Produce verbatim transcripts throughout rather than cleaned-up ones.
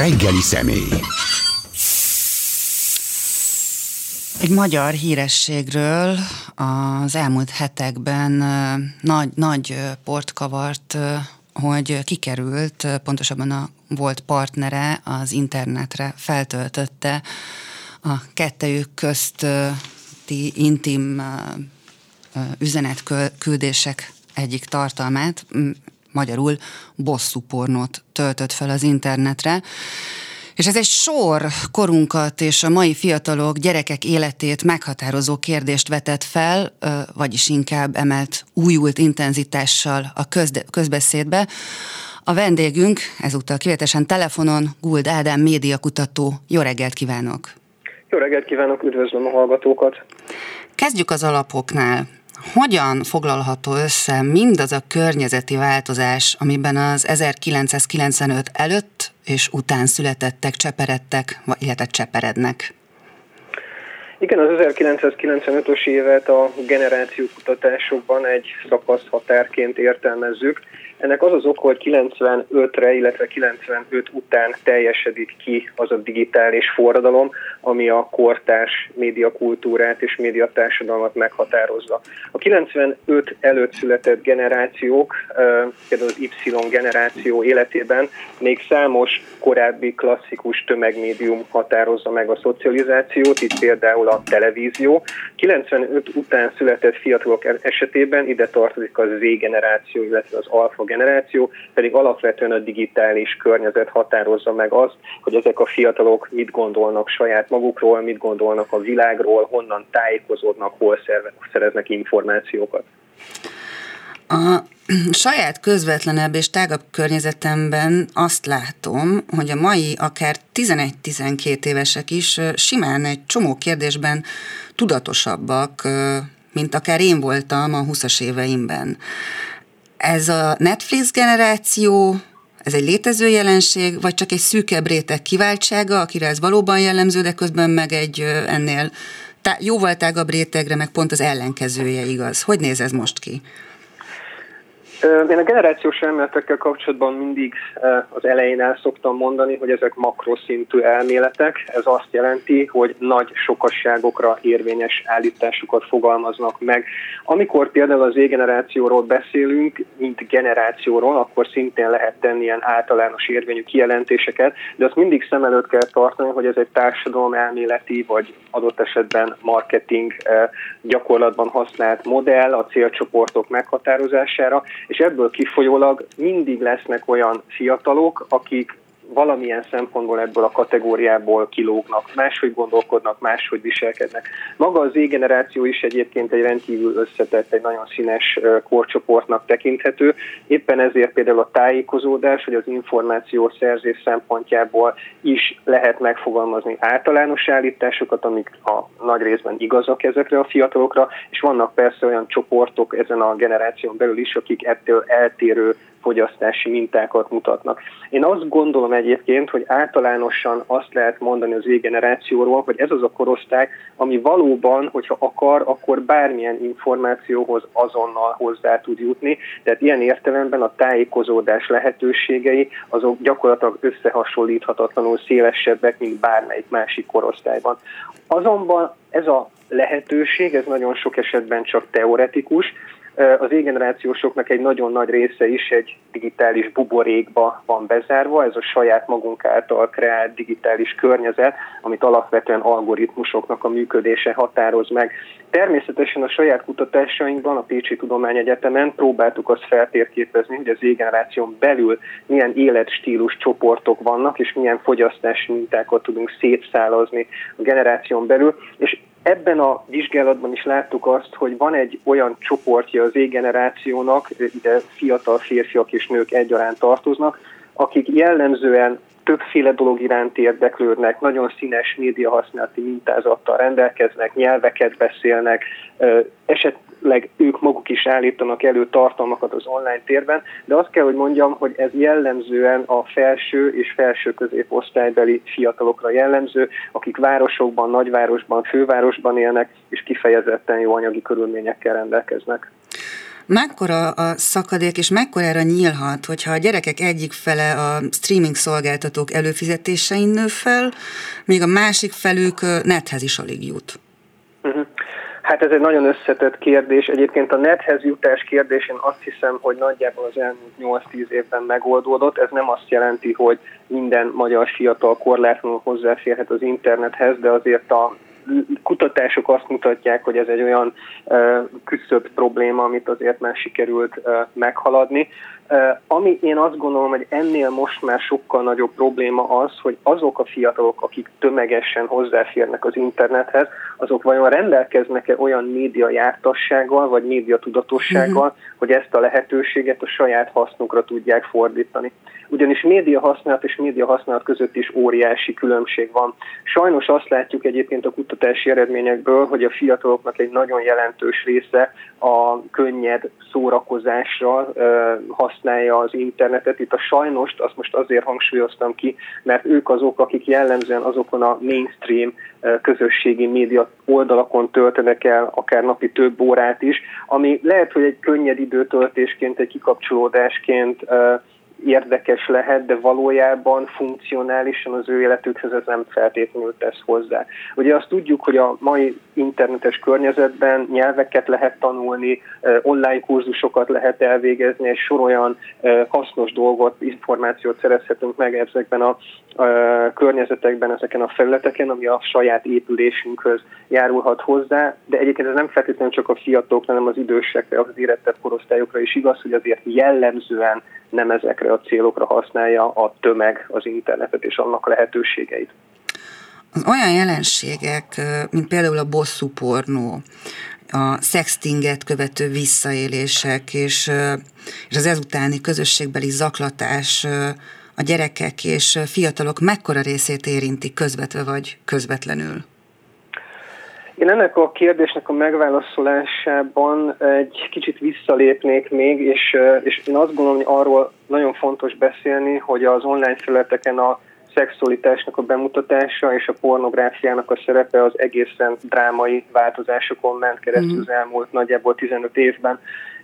reggeli személy. Egy magyar hírességről az elmúlt hetekben nagy, nagy port kavart, hogy kikerült, pontosabban a volt partnere az internetre feltöltötte a kettejük közti intim üzenetküldések egyik tartalmát, magyarul bosszúpornót töltött fel az internetre. És ez egy sor korunkat és a mai fiatalok, gyerekek életét meghatározó kérdést vetett fel, vagyis inkább emelt újult intenzitással a közbeszédbe. A vendégünk ezúttal kivételesen telefonon Guld Ádám médiakutató. Jó reggelt kívánok! Jó reggelt kívánok, üdvözlöm a hallgatókat! Kezdjük az alapoknál. Hogyan foglalható össze mindaz a környezeti változás, amiben az ezerkilencszázkilencvenöt előtt és után születettek, cseperedtek, illetve cseperednek? Igen, az ezerkilencszázkilencvenötös évet a generációkutatásokban egy szakaszhatárként értelmezzük. Ennek az az oka, hogy kilencvenötre, illetve kilencvenöt után teljesedik ki az a digitális forradalom, ami a kortárs médiakultúrát és médiatársadalmat meghatározza. A kilencvenöt előtt született generációk, például az Y generáció életében még számos korábbi klasszikus tömegmédium határozza meg a szocializációt, itt például a televízió. kilencvenöt után született fiatalok esetében ide tartozik a Z generáció, illetve az alfa generáció, pedig alapvetően a digitális környezet határozza meg azt, hogy ezek a fiatalok mit gondolnak saját magukról, mit gondolnak a világról, honnan tájékozódnak, hol szereznek információkat. A saját közvetlenebb és tágabb környezetemben azt látom, hogy a mai akár tizenegy-tizenkét évesek is simán egy csomó kérdésben tudatosabbak, mint akár én voltam a húszas éveimben. Ez a Netflix generáció, ez egy létező jelenség, vagy csak egy szűkebb réteg kiváltsága, akire ez valóban jellemző, de közben meg egy ennél tá- jóval tágabb rétegre, meg pont az ellenkezője igaz. Hogy néz ez most ki? Én a generációs elméletekkel kapcsolatban mindig az elején el szoktam mondani, hogy ezek makroszintű elméletek. Ez azt jelenti, hogy nagy sokasságokra érvényes állításokat fogalmaznak meg. Amikor például az Z-generációról beszélünk, mint generációról, akkor szintén lehet tenni ilyen általános érvényű kijelentéseket, de azt mindig szem előtt kell tartani, hogy ez egy társadalom elméleti, vagy adott esetben marketing gyakorlatban használt modell a célcsoportok meghatározására, és ebből kifolyólag mindig lesznek olyan fiatalok, akik valamilyen szempontból ebből a kategóriából kilógnak, máshogy gondolkodnak, máshogy viselkednek. Maga az Z-generáció is egyébként egy rendkívül összetett, egy nagyon színes korcsoportnak tekinthető. Éppen ezért például a tájékozódás, vagy az információszerzés szempontjából is lehet megfogalmazni általános állításokat, amik a nagy részben igazak ezekre a fiatalokra, és vannak persze olyan csoportok ezen a generáción belül is, akik ettől eltérő fogyasztási mintákat mutatnak. Én azt gondolom egyébként, hogy általánosan azt lehet mondani az Z-generációról, hogy ez az a korosztály, ami valóban, hogyha akar, akkor bármilyen információhoz azonnal hozzá tud jutni. Tehát ilyen értelemben a tájékozódás lehetőségei azok gyakorlatilag összehasonlíthatatlanul szélesebbek, mint bármelyik másik korosztályban. Azonban ez a lehetőség, ez nagyon sok esetben csak teoretikus. Az Z-generációsoknak egy nagyon nagy része is egy digitális buborékba van bezárva, ez a saját magunk által kreált digitális környezet, amit alapvetően algoritmusoknak a működése határoz meg. Természetesen a saját kutatásainkban a Pécsi Tudományegyetemen próbáltuk azt feltérképezni, hogy az Z-generáción belül milyen életstílus csoportok vannak, és milyen fogyasztási mintákat tudunk szétszálazni a generáción belül, és ebben a vizsgálatban is láttuk azt, hogy van egy olyan csoportja az Z-generációnak, ide fiatal férfiak és nők egyaránt tartoznak, akik jellemzően többféle dolog iránt érdeklődnek, nagyon színes médiahasználati mintázattal rendelkeznek, nyelveket beszélnek, esetleg ők maguk is állítanak elő tartalmakat az online térben, de azt kell, hogy mondjam, hogy ez jellemzően a felső és felső középosztálybeli fiatalokra jellemző, akik városokban, nagyvárosban, fővárosban élnek, és kifejezetten jó anyagi körülményekkel rendelkeznek. Mekkora a szakadék, és mekkorára nyílhat, hogyha a gyerekek egyik fele a streaming szolgáltatók előfizetésein nő fel, míg a másik felük nethez is alig jut? Uh-huh. Hát ez egy nagyon összetett kérdés. Egyébként a nethez jutás kérdés, én azt hiszem, hogy nagyjából az elmúlt nyolc-tíz évben megoldódott. Ez nem azt jelenti, hogy minden magyar fiatal korlátlanul hozzáférhet az internethez, de azért a kutatások azt mutatják, hogy ez egy olyan uh, küszöbb probléma, amit azért már sikerült uh, meghaladni. Uh, ami én azt gondolom, hogy ennél most már sokkal nagyobb probléma az, hogy azok a fiatalok, akik tömegesen hozzáférnek az internethez, azok vajon rendelkeznek-e olyan média jártassággal, vagy média tudatossággal, mm-hmm. hogy ezt a lehetőséget a saját hasznukra tudják fordítani. Ugyanis média használat és média használat között is óriási különbség van. Sajnos azt látjuk egyébként a kutatási eredményekből, hogy a fiataloknak egy nagyon jelentős része a könnyed szórakozásra e, használja az internetet. Itt a sajnost azt most azért hangsúlyoztam ki, mert ők azok, akik jellemzően azokon a mainstream e, közösségi média oldalakon töltenek el akár napi több órát is, ami lehet, hogy egy könnyed időtöltésként, egy kikapcsolódásként e, érdekes lehet, de valójában funkcionálisan az ő életükhez ez nem feltétlenül tesz hozzá. Ugye azt tudjuk, hogy a mai internetes környezetben nyelveket lehet tanulni, online kurzusokat lehet elvégezni, és sor olyan hasznos dolgot, információt szerezhetünk meg ezekben a környezetekben, ezeken a felületeken, ami a saját épülésünkhöz járulhat hozzá, de egyébként ez nem feltétlenül csak a fiatalokra, hanem az idősekre, az érettebb korosztályokra is igaz, hogy azért jellemzően nem ezekre a célokra használja a tömeg az internetet és annak lehetőségeit. Az olyan jelenségek, mint például a bosszúpornó, a sextinget követő visszaélések és, és az ezutáni közösségbeli zaklatás a gyerekek és fiatalok mekkora részét érintik közvetve vagy közvetlenül? Én ennek a kérdésnek a megválaszolásában egy kicsit visszalépnék még, és, és én azt gondolom, hogy arról nagyon fontos beszélni, hogy az online felületeken a szexualitásnak a bemutatása és a pornográfiának a szerepe az egészen drámai változásokon ment keresztül az elmúlt nagyjából tizenöt évben.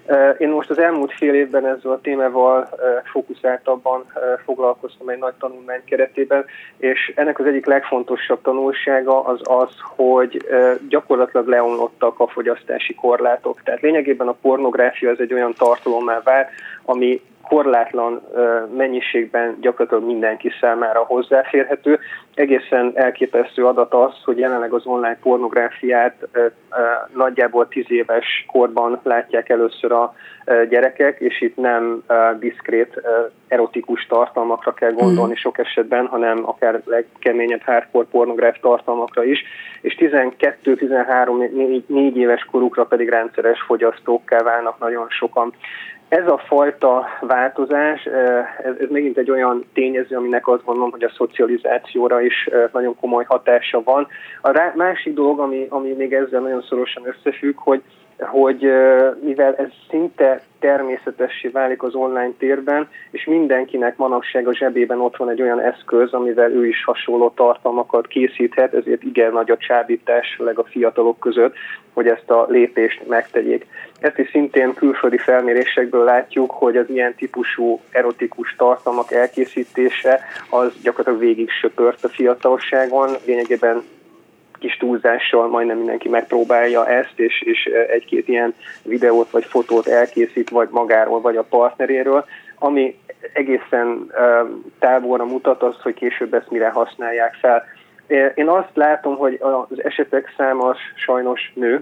Én most az elmúlt fél évben ezzel a témával fókuszáltabban foglalkoztam egy nagy tanulmány keretében, és ennek az egyik legfontosabb tanulsága az az, hogy gyakorlatilag leomlottak a fogyasztási korlátok. Tehát lényegében a pornográfia ez egy olyan tartalommá vált, ami korlátlan mennyiségben gyakorlatilag mindenki számára hozzáférhető. Egészen elképesztő adat az, hogy jelenleg az online pornográfiát nagyjából tíz éves korban látják először a gyerekek, és itt nem diszkrét erotikus tartalmakra kell gondolni sok esetben, hanem akár legkeményebb hardcore pornográf tartalmakra is, és tizenkettő-tizenhárom négy éves korukra pedig rendszeres fogyasztókká válnak nagyon sokan. Ez a fajta változás, ez, ez megint egy olyan tényező, aminek azt gondolom, hogy a szocializációra is nagyon komoly hatása van. A rá, másik dolog, ami, ami még ezzel nagyon szorosan összefügg, hogy, hogy mivel ez szinte természetessé válik az online térben, és mindenkinek manapság a zsebében ott van egy olyan eszköz, amivel ő is hasonló tartalmakat készíthet, ezért igen nagy a csábítás, főleg a fiatalok között, hogy ezt a lépést megtegyék. Ezt is szintén külföldi felmérésekből látjuk, hogy az ilyen típusú erotikus tartalmak elkészítése az gyakorlatilag végig söpört a fiatalságon, lényegében kis túlzással majdnem mindenki megpróbálja ezt, és, és egy-két ilyen videót vagy fotót elkészít, vagy magáról, vagy a partneréről, ami egészen uh, távolra mutat az, hogy később ezt mire használják fel. Én azt látom, hogy az esetek száma sajnos nő,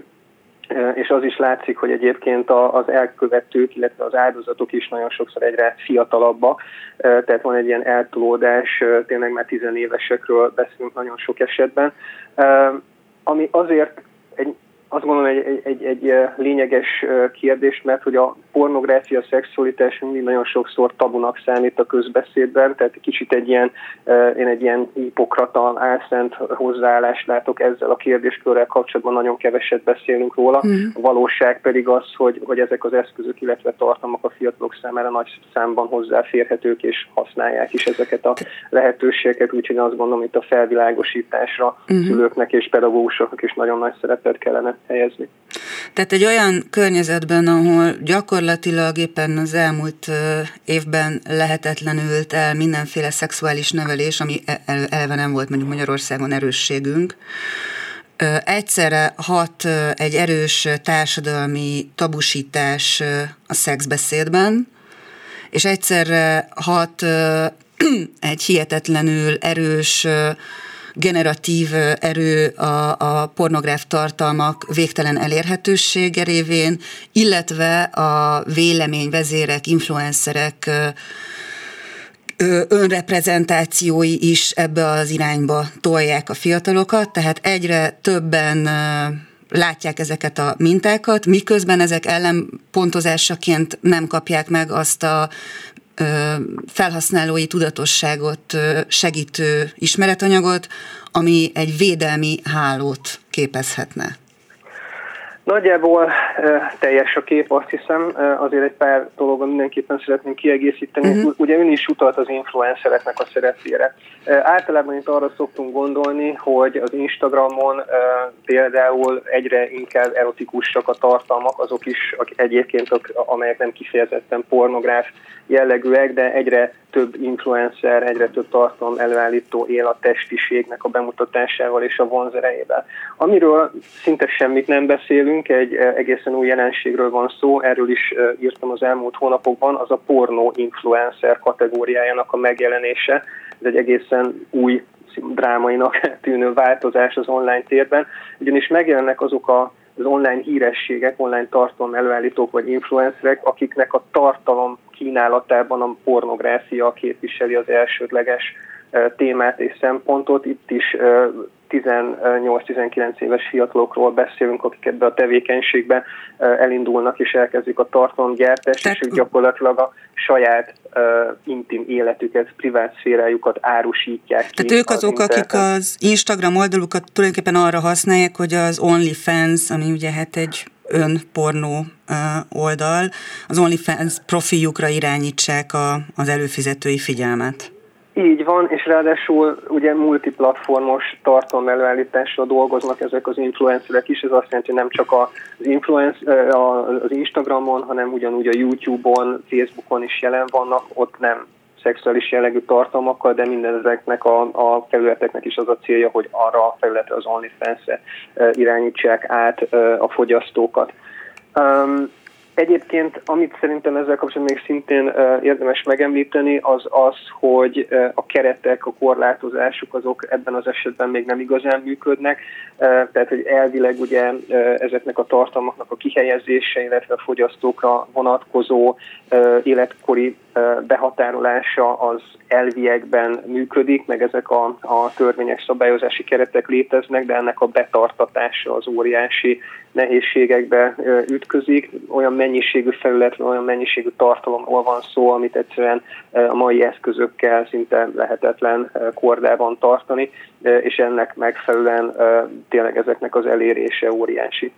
és az is látszik, hogy egyébként az elkövetők, illetve az áldozatok is nagyon sokszor egyre fiatalabbak, tehát van egy ilyen eltolódás, tényleg már tizenévesekről beszélünk nagyon sok esetben, ami azért egy, azt gondolom egy, egy, egy lényeges kérdés, mert hogy a pornográfia, a szexualitás mindig nagyon sokszor tabunak számít a közbeszédben, tehát kicsit egy ilyen, én egy ilyen hipokrata, álszent hozzáállást látok ezzel a kérdéskörrel kapcsolatban, nagyon keveset beszélünk róla. Mm. A valóság pedig az, hogy, hogy ezek az eszközök, illetve tartalmak a fiatalok számára nagy számban hozzáférhetők, és használják is ezeket a lehetőségeket, úgyhogy azt gondolom, itt a felvilágosításra mm. szülőknek és pedagógusoknak is nagyon nagy szerepet kellene helyezni. Tehát egy olyan környezetben, ahol gyakorlatilag éppen az elmúlt évben lehetetlenült el mindenféle szexuális nevelés, ami eleve nem volt mondjuk Magyarországon erősségünk, egyszerre hat egy erős társadalmi tabusítás a szexbeszédben, és egyszerre hat egy hihetetlenül erős generatív erő a, a pornográf tartalmak végtelen elérhetősége révén, illetve a véleményvezérek, influencerek önreprezentációi is ebbe az irányba tolják a fiatalokat, tehát egyre többen látják ezeket a mintákat, miközben ezek ellenpontozásaként nem kapják meg azt a felhasználói tudatosságot segítő ismeretanyagot, ami egy védelmi hálót képezhetne. Nagyjából e, teljes a kép, azt hiszem, e, azért egy pár dologban mindenképpen szeretném kiegészíteni. Uh-huh. Ugye ön is utalt az influencereknek a szerepére. E, általában itt arra szoktunk gondolni, hogy az Instagramon e, például egyre inkább erotikusak a tartalmak, azok is egyébként, amelyek nem kifejezetten pornográf jellegűek, de egyre több influencer, egyre több tartalom előállító él a testiségnek a bemutatásával és a vonzerejével. Amiről szinte semmit nem beszélünk, egy egészen új jelenségről van szó, erről is írtam az elmúlt hónapokban, az a pornó influencer kategóriájának a megjelenése. Ez egy egészen új, drámainak tűnő változás az online térben, ugyanis megjelennek azok a az online hírességek, online tartalom előállítók vagy influencerek, akiknek a tartalom kínálatában a pornográfia képviseli az elsődleges témát és szempontot. Itt is tizennyolc-tizenkilenc éves fiatalokról beszélünk, akik ebbe a tevékenységbe elindulnak és elkezdik a tartalomgyártást, Tehát... és ők gyakorlatilag a saját uh, intim életüket, privát szférájukat árusítják ki. Tehát ők azok, az akik az Instagram oldalukat tulajdonképpen arra használják, hogy az OnlyFans, ami ugye hát egy önpornó uh, oldal, az OnlyFans profiljukra irányítsák a, az előfizetői figyelmet. Így van, és ráadásul ugye multiplatformos tartalom előállítással dolgoznak ezek az influencerek is, ez azt jelenti, hogy nem csak az, influence, az Instagramon, hanem ugyanúgy a YouTube-on, Facebookon is jelen vannak, ott nem szexuális jellegű tartalmakkal, de minden ezeknek a, a felületeknek is az a célja, hogy arra a felületre, az OnlyFans-re irányítsák át a fogyasztókat. Um, Egyébként, amit szerintem ezzel kapcsolatban még szintén uh, érdemes megemlíteni, az az, hogy uh, a keretek, a korlátozások azok ebben az esetben még nem igazán működnek. Uh, tehát, hogy elvileg ugye uh, ezeknek a tartalmaknak a kihelyezése, illetve a fogyasztókra vonatkozó uh, életkori uh, behatárolása az elviekben működik, meg ezek a, a törvényes szabályozási keretek léteznek, de ennek a betartatása az óriási nehézségekbe uh, ütközik. Olyan mennyiségű felületről, olyan mennyiségű tartalomról van szó, amit egyszerűen a mai eszközökkel szinte lehetetlen kordában tartani, és ennek megfelelően tényleg ezeknek az elérése óriási.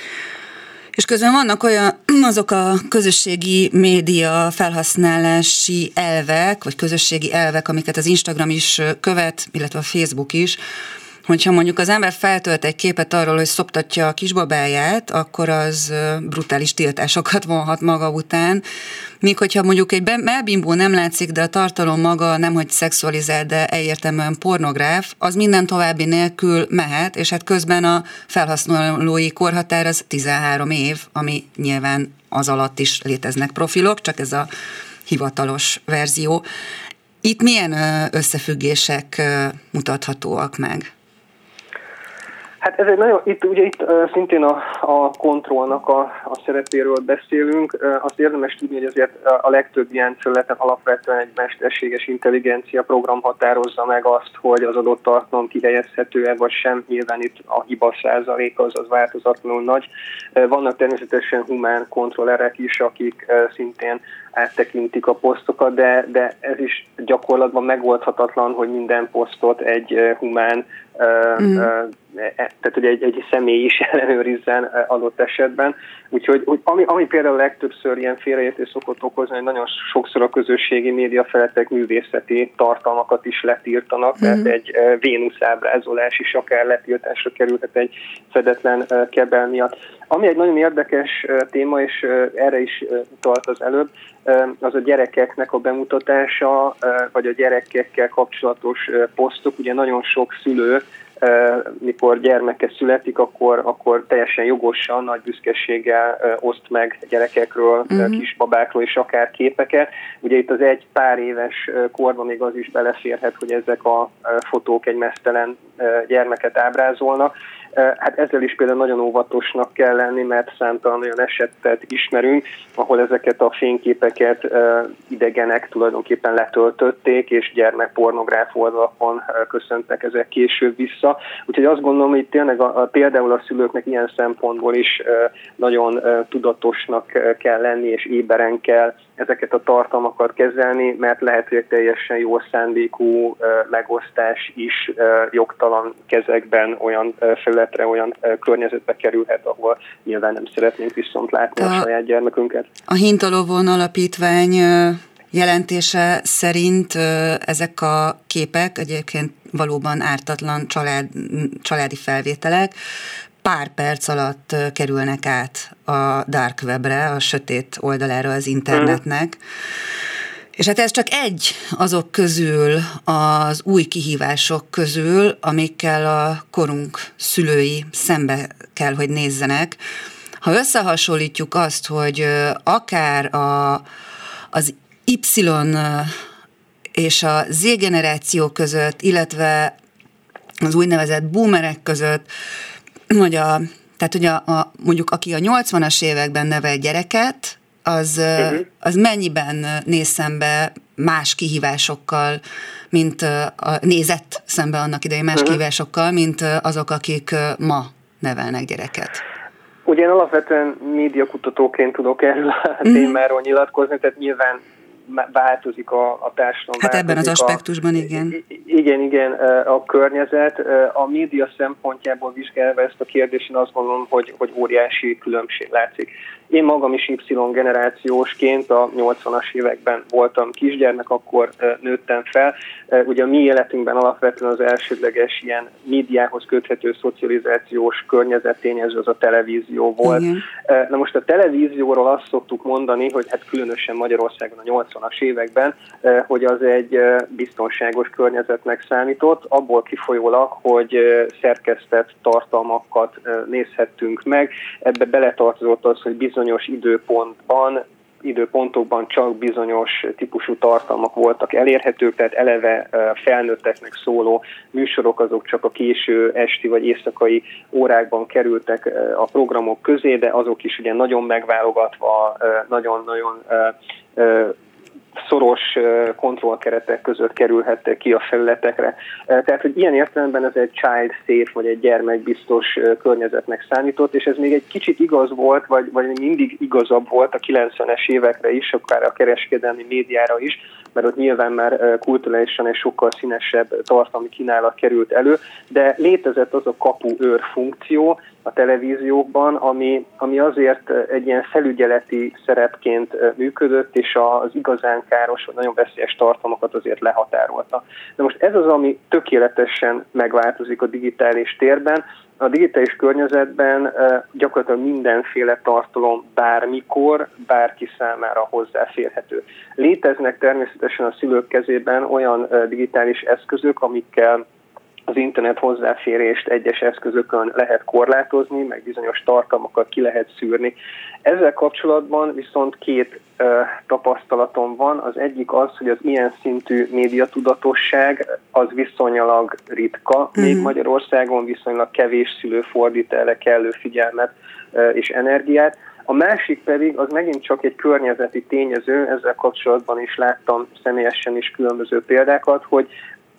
És közben vannak olyan, azok a közösségi média felhasználási elvek, vagy közösségi elvek, amiket az Instagram is követ, illetve a Facebook is, hogyha mondjuk az ember feltölt egy képet arról, hogy szoptatja a kisbabáját, akkor az brutális tiltásokat vonhat maga után. Míg hogyha mondjuk egy melbimbó nem látszik, de a tartalom maga nemhogy szexualizál, de egyértelműen pornográf, az minden további nélkül mehet, és hát közben a felhasználói korhatár az tizenhárom év, ami nyilván az alatt is léteznek profilok, csak ez a hivatalos verzió. Itt milyen összefüggések mutathatóak meg? Hát ez egy nagyon, itt, ugye itt uh, szintén a, a kontrollnak a, a szerepéről beszélünk. Uh, azt érdemes tudni, hogy azért a legtöbb ilyen területen alapvetően egy mesterséges intelligencia program határozza meg azt, hogy az adott tartalom kihelyezhető-e vagy sem. Nyilván itt a hiba százalék az, az változatlanul nagy. Uh, vannak természetesen humán kontrollerek is, akik uh, szintén áttekintik a posztokat, de, de ez is gyakorlatban megoldhatatlan, hogy minden posztot egy uh, humán uh, mm. uh, tehát hogy egy, egy személy is ellenőrizzen adott esetben. Úgyhogy hogy ami, ami például legtöbbször ilyen félreértés szokott okozni, hogy nagyon sokszor a közösségi média felületek művészeti tartalmakat is letiltanak, mm-hmm. tehát egy Vénusz ábrázolás is akár letiltásra kerülhet egy fedetlen kebel miatt. Ami egy nagyon érdekes téma, és erre is utalt az előbb, az a gyerekeknek a bemutatása, vagy a gyerekekkel kapcsolatos posztok. Ugye nagyon sok szülő, mikor gyermeke születik, akkor, akkor teljesen jogosan, nagy büszkeséggel oszt meg gyerekekről, uh-huh. kisbabákról és akár képeket. Ugye itt az egy pár éves korban még az is beleférhet, hogy ezek a fotók egy meztelen gyermeket ábrázolnak. Hát ezzel is például nagyon óvatosnak kell lenni, mert számtalan olyan esetet ismerünk, ahol ezeket a fényképeket idegenek tulajdonképpen letöltötték, és gyermekpornográf oldalakon köszöntek ezek később vissza. Úgyhogy azt gondolom, hogy tényleg a, a, például a szülőknek ilyen szempontból is nagyon tudatosnak kell lenni, és éberen kell ezeket a tartalmakat kezelni, mert lehet, hogy teljesen jó szándékú megosztás is jogtalan kezekben olyan felületre, olyan környezetbe kerülhet, ahol nyilván nem szeretnénk viszont látni a, a saját gyermekünket. A Hintalovon Alapítvány jelentése szerint ezek a képek egyébként valóban ártatlan család, családi felvételek, pár perc alatt kerülnek át a dark webre, a sötét oldalára az internetnek. Mm. És hát ez csak egy azok közül, az új kihívások közül, amikkel a korunk szülői szembe kell, hogy nézzenek. Ha összehasonlítjuk azt, hogy akár a, az Y és a Z generáció között, illetve az úgynevezett boomerek között, hogy a, tehát, hogy a, a, mondjuk aki a nyolcvanas években nevel gyereket, az, uh-huh. az mennyiben néz szembe más kihívásokkal, mint a, nézett szembe annak idején más uh-huh. kihívásokkal, mint azok, akik ma nevelnek gyereket. Ugye én alapvetően médiakutatóként tudok erről a uh-huh. témáról nyilatkozni, tehát nyilván változik a, a társadalom. Hát ebben az aspektusban, a, igen. Igen, igen, a környezet. A média szempontjából vizsgálva ezt a kérdést, én azt gondolom, hogy, hogy óriási különbség látszik. Én magam is Y generációsként a nyolcvanas években voltam kisgyermek, akkor nőttem fel. Ugye a mi életünkben alapvetően az elsődleges ilyen médiához köthető szocializációs környezettényező az a televízió volt. Igen. Na most a televízióról azt szoktuk mondani, hogy hát különösen Magyarországon a nyolcvanas években, hogy az egy biztonságos környezetnek számított, abból kifolyólag, hogy szerkesztett tartalmakat nézhettünk meg. Ebbe beletartozott az, hogy bizonyos időpontban, időpontokban csak bizonyos típusú tartalmak voltak elérhetők, tehát eleve felnőtteknek szóló műsorok azok csak a késő esti vagy éjszakai órákban kerültek a programok közé, de azok is ugye nagyon megválogatva, nagyon-nagyon szoros kontrollkeretek között kerülhettek ki a felületekre. Tehát, hogy ilyen értelemben ez egy child safe, vagy egy gyermekbiztos környezetnek számított, és ez még egy kicsit igaz volt, vagy, vagy mindig igazabb volt a kilencvenes évekre is, akár a kereskedelmi médiára is, mert ott nyilván már kulturálisan egy sokkal színesebb tartalmi kínálat került elő, de létezett az a kapuőr funkció a televíziókban, ami, ami azért egy ilyen felügyeleti szerepként működött, és az igazán káros, vagy nagyon veszélyes tartalmakat azért lehatárolta. De most ez az, ami tökéletesen megváltozik a digitális térben. A digitális környezetben gyakorlatilag mindenféle tartalom bármikor, bárki számára hozzáférhető. Léteznek természetesen a szülők kezében olyan digitális eszközök, amikkel az internet hozzáférést egyes eszközökön lehet korlátozni, meg bizonyos tartalmakat ki lehet szűrni. Ezzel kapcsolatban viszont két uh, tapasztalatom van. Az egyik az, hogy az ilyen szintű médiatudatosság az viszonylag ritka, mm-hmm. még Magyarországon viszonylag kevés szülő fordít erre kellő figyelmet uh, és energiát. A másik pedig az megint csak egy környezeti tényező, ezzel kapcsolatban is láttam személyesen is különböző példákat, hogy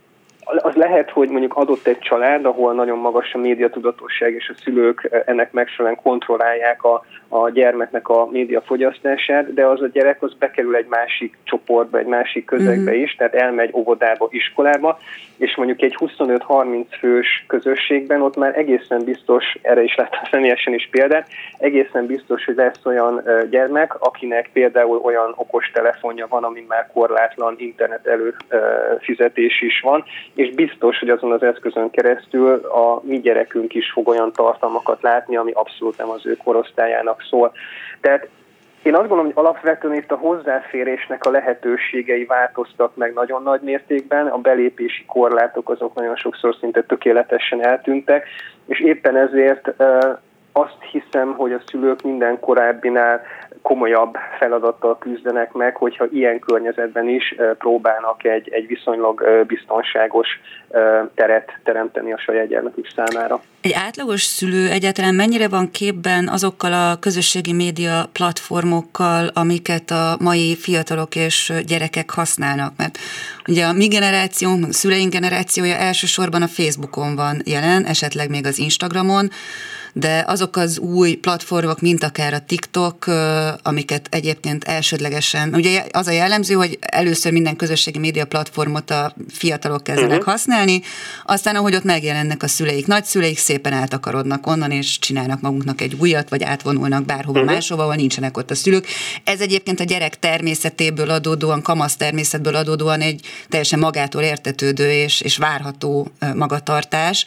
az lehet, hogy mondjuk adott egy család, ahol nagyon magas a médiatudatosság, és a szülők ennek megfelelően kontrollálják a, a gyermeknek a médiafogyasztását, de az a gyerek az bekerül egy másik csoportba, egy másik közegbe is, tehát elmegy óvodába, iskolába, és mondjuk egy huszonöt-harminc fős közösségben ott már egészen biztos, erre is láttam személyesen is példát, egészen biztos, hogy lesz olyan gyermek, akinek például olyan okos telefonja van, amin már korlátlan internet előfizetés is van, és biztos, hogy azon az eszközön keresztül a mi gyerekünk is fog olyan tartalmakat látni, ami abszolút nem az ő korosztályának szól. Tehát én azt gondolom, hogy alapvetően itt a hozzáférésnek a lehetőségei változtak meg nagyon nagy mértékben, a belépési korlátok azok nagyon sokszor szinte tökéletesen eltűntek, és éppen ezért azt hiszem, hogy a szülők minden korábbinál komolyabb feladattal küzdenek meg, hogyha ilyen környezetben is próbálnak egy, egy viszonylag biztonságos teret teremteni a saját gyermekük számára. Egy átlagos szülő egyáltalán mennyire van képben azokkal a közösségi média platformokkal, amiket a mai fiatalok és gyerekek használnak? Mert ugye a mi generációnk, a szüleink generációja elsősorban a Facebookon van jelen, esetleg még az Instagramon, de azok az új platformok, mint akár a TikTok, amiket egyébként elsődlegesen, ugye az a jellemző, hogy először minden közösségi média platformot a fiatalok kezdenek uh-huh. használni, aztán ahogy ott megjelennek a szüleik, nagyszüleik, szépen eltakarodnak onnan, és csinálnak magunknak egy újat, vagy átvonulnak bárhova uh-huh. máshova, ahol nincsenek ott a szülők. Ez egyébként a gyerek természetéből adódóan, kamasz természetből adódóan egy teljesen magától értetődő és, és várható magatartás.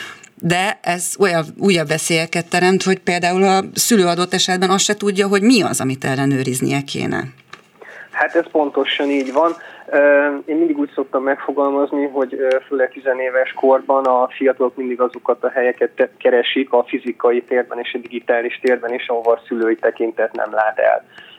De ez olyan újabb veszélyeket teremt, hogy például a szülő adott esetben azt se tudja, hogy mi az, amit ellenőriznie kéne. Hát ez pontosan így van. Én mindig úgy szoktam megfogalmazni, hogy főleg tizenéves korban a fiatalok mindig azokat a helyeket keresik a fizikai térben és a digitális térben is, ahova a szülői tekintet nem lát el.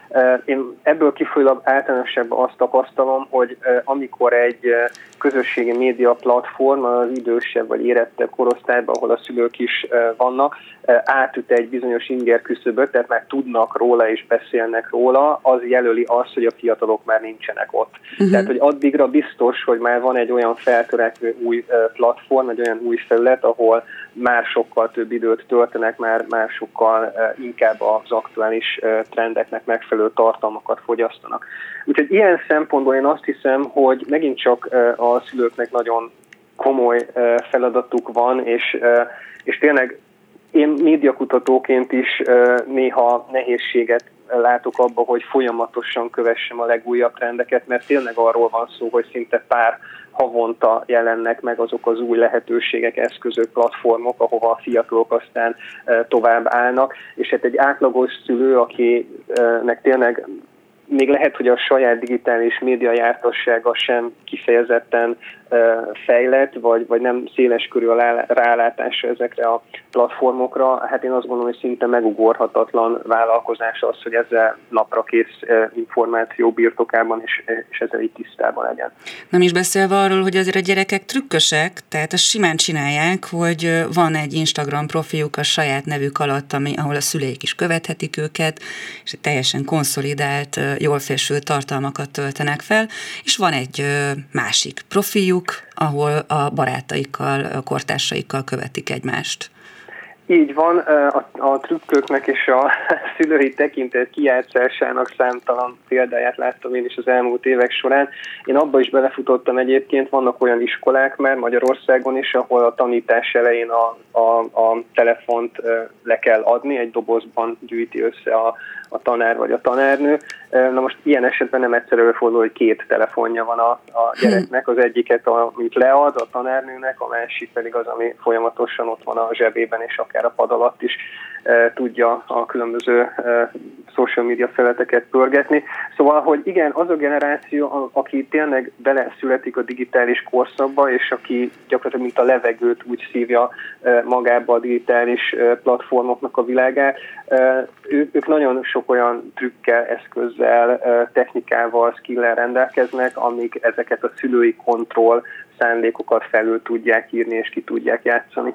Én ebből kifolyólag általánosságban azt tapasztalom, hogy amikor egy közösségi média platform az idősebb vagy érettebb korosztályban, ahol a szülők is vannak, átüt egy bizonyos inger küszöböt, tehát már tudnak róla és beszélnek róla, az jelöli azt, hogy a fiatalok már nincsenek ott. Uh-huh. Tehát, hogy addigra biztos, hogy már van egy olyan feltörekvő új platform, egy olyan új felület, ahol már sokkal több időt töltenek, már, már sokkal inkább az aktuális trendeknek megfelelő tartalmakat fogyasztanak. Úgyhogy ilyen szempontból én azt hiszem, hogy megint csak a szülőknek nagyon komoly feladatuk van, és, és tényleg én médiakutatóként is néha nehézséget látok abba, hogy folyamatosan kövessem a legújabb trendeket, mert tényleg arról van szó, hogy szinte pár havonta jelennek meg azok az új lehetőségek, eszközök, platformok, ahova a fiatalok aztán tovább állnak, és hát egy átlagos szülő, akinek tényleg még lehet, hogy a saját digitális média jártassága sem kifejezetten fejlett, vagy, vagy nem széles körű a rálátása ezekre a platformokra. Hát én azt gondolom, hogy szinte megugorhatatlan vállalkozás az, hogy ezzel napra kész információ birtokában és, és ezzel így tisztában legyen. Nem is beszélve arról, hogy azért a gyerekek trükkösek, tehát azt simán csinálják, hogy van egy Instagram profiljuk a saját nevük alatt, ami, ahol a szüleik is követhetik őket, és egy teljesen konszolidált, jól fésült tartalmakat töltenek fel, és van egy másik profiljuk, ahol a barátaikkal, a kortársaikkal követik egymást. Így van, a, a trükköknek és a szülői tekintet kijátszásának számtalan példáját láttam én is az elmúlt évek során. Én abba is belefutottam egyébként, vannak olyan iskolák már Magyarországon is, ahol a tanítás elején a, a, a telefont le kell adni, egy dobozban gyűjti össze a, a tanár vagy a tanárnő. Na most ilyen esetben nem egyszer előfordul, hogy két telefonja van a, a gyereknek, az egyiket, amit lead a tanárnőnek, a másik pedig az, ami folyamatosan ott van a zsebében, és akár a pad alatt is e, tudja a különböző e, social media felületeket pörgetni. Szóval, hogy igen, az a generáció, aki tényleg beleszületik a digitális korszakba, és aki gyakorlatilag mint a levegőt úgy szívja e, magába a digitális e, platformoknak a világát, e, ő, ők nagyon sok olyan trükkel, eszközzel, e, technikával, skill-el rendelkeznek, amik ezeket a szülői kontroll szándékokat felül tudják írni, és ki tudják játszani.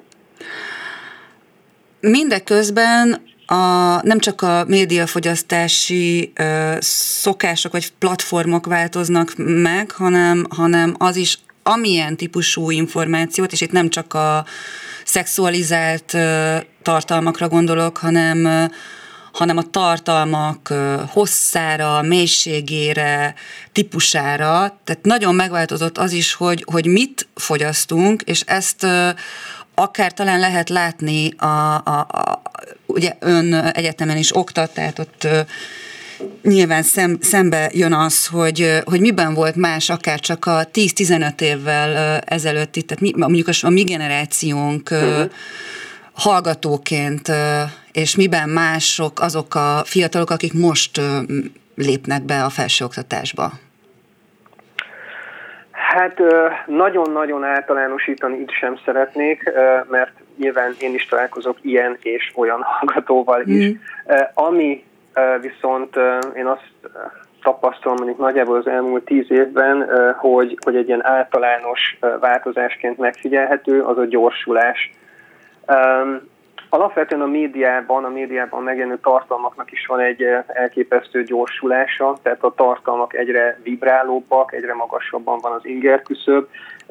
Mindeközben a, nem csak a médiafogyasztási ö, szokások vagy platformok változnak meg, hanem, hanem az is amilyen típusú információt, és itt nem csak a szexualizált tartalmakra gondolok, hanem, hanem a tartalmak hosszára, mélységére, típusára. Tehát nagyon megváltozott az is, hogy, hogy mit fogyasztunk, és ezt akár talán lehet látni, a, a, a, ugye ön egyetemen is oktat, tehát ott nyilván szem, szembe jön az, hogy, hogy miben volt más akár csak a tíz-tizenöt évvel ezelőtt, tehát mi, mondjuk a, a mi generációnk uh-huh. hallgatóként, és miben mások azok a fiatalok, akik most lépnek be a felsőoktatásba? Hát nagyon-nagyon általánosítani itt sem szeretnék, mert nyilván én is találkozok ilyen és olyan hallgatóval is. Mm. Ami viszont én azt tapasztalom mondjuk nagyjából az elmúlt tíz évben, hogy, hogy egy ilyen általános változásként megfigyelhető, az a gyorsulás. Alapvetően a médiában, a médiában megjelenő tartalmaknak is van egy elképesztő gyorsulása, tehát a tartalmak egyre vibrálóbbak, egyre magasabban van az ingerküszöb,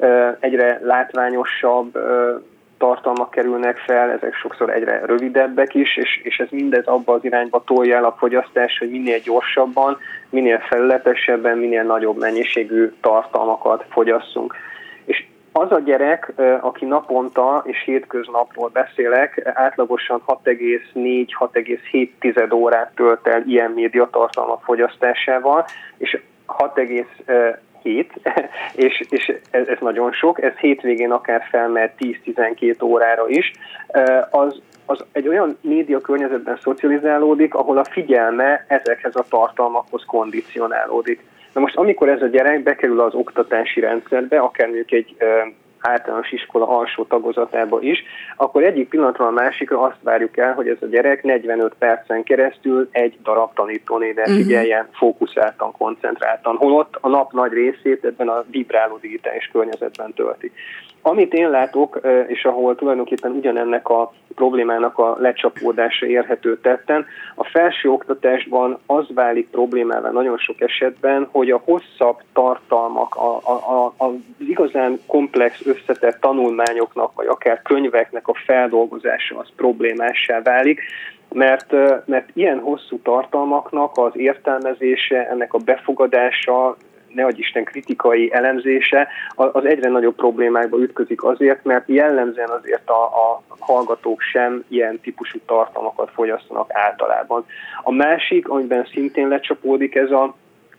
egyre látványosabb tartalmak kerülnek fel, ezek sokszor egyre rövidebbek is, és, és ez mindez abba az irányba tolja el a fogyasztást, hogy minél gyorsabban, minél felületesebben, minél nagyobb mennyiségű tartalmakat fogyasszunk. És az a gyerek, aki naponta és hétköznapról beszélek, átlagosan hat egész négy - hat egész hét órát tölt el ilyen médiatartalmak fogyasztásával, és hat egész hét, és, és ez, ez nagyon sok, ez hétvégén akár felmehet tíz-tizenkét órára is, az, az egy olyan média környezetben szocializálódik, ahol a figyelme ezekhez a tartalmakhoz kondicionálódik. Na most amikor ez a gyerek bekerül az oktatási rendszerbe, akár mondjuk egy általános iskola alsó tagozatába is, akkor egyik pillanatról a másikra azt várjuk el, hogy ez a gyerek negyvenöt percen keresztül egy darab tanítónévre figyeljen, fókuszáltan, koncentráltan, holott a nap nagy részét ebben a vibráló digitális környezetben tölti. Amit én látok, és ahol tulajdonképpen ugyanennek a problémának a lecsapódása érhető tetten, a felsőoktatásban az válik problémává nagyon sok esetben, hogy a hosszabb tartalmak, a, a, a, az igazán komplex összetett tanulmányoknak, vagy akár könyveknek a feldolgozása az problémássá válik, mert, mert ilyen hosszú tartalmaknak az értelmezése, ennek a befogadása, ne adj Isten kritikai elemzése, az egyre nagyobb problémákba ütközik azért, mert jellemzően azért a, a hallgatók sem ilyen típusú tartalmakat fogyasztanak általában. A másik, amiben szintén lecsapódik ez a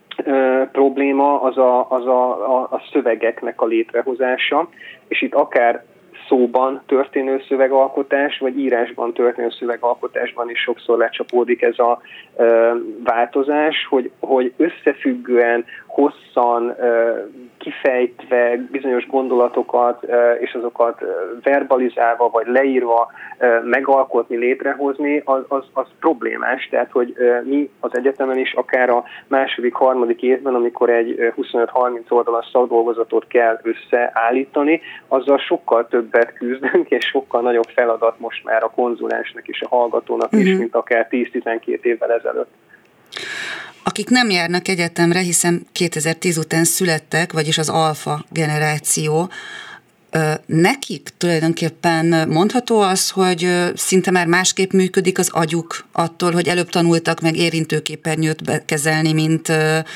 e, probléma, az, a, az a, a, a szövegeknek a létrehozása, és itt akár szóban történő szövegalkotás, vagy írásban történő szövegalkotásban is sokszor lecsapódik ez a ö, változás, hogy, hogy összefüggően, hosszan, ö, kifejtve bizonyos gondolatokat, ö, és azokat ö, verbalizálva, vagy leírva ö, megalkotni, létrehozni, az, az, az problémás. Tehát, hogy ö, mi az egyetemen is akár a második, harmadik évben, amikor egy huszonöt-harminc oldalas szakdolgozatot kell összeállítani, azzal sokkal többet küzdünk, és sokkal nagyobb feladat most már a konzulensnek és a hallgatónak uh-huh. is, mint akár tíz-tizenkét évvel ezelőtt. Akik nem járnak egyetemre, hiszen kétezer-tíz után születtek, vagyis az alfa generáció, nekik tulajdonképpen mondható az, hogy szinte már másképp működik az agyuk attól, hogy előbb tanultak meg érintőképernyőt kezelni, mint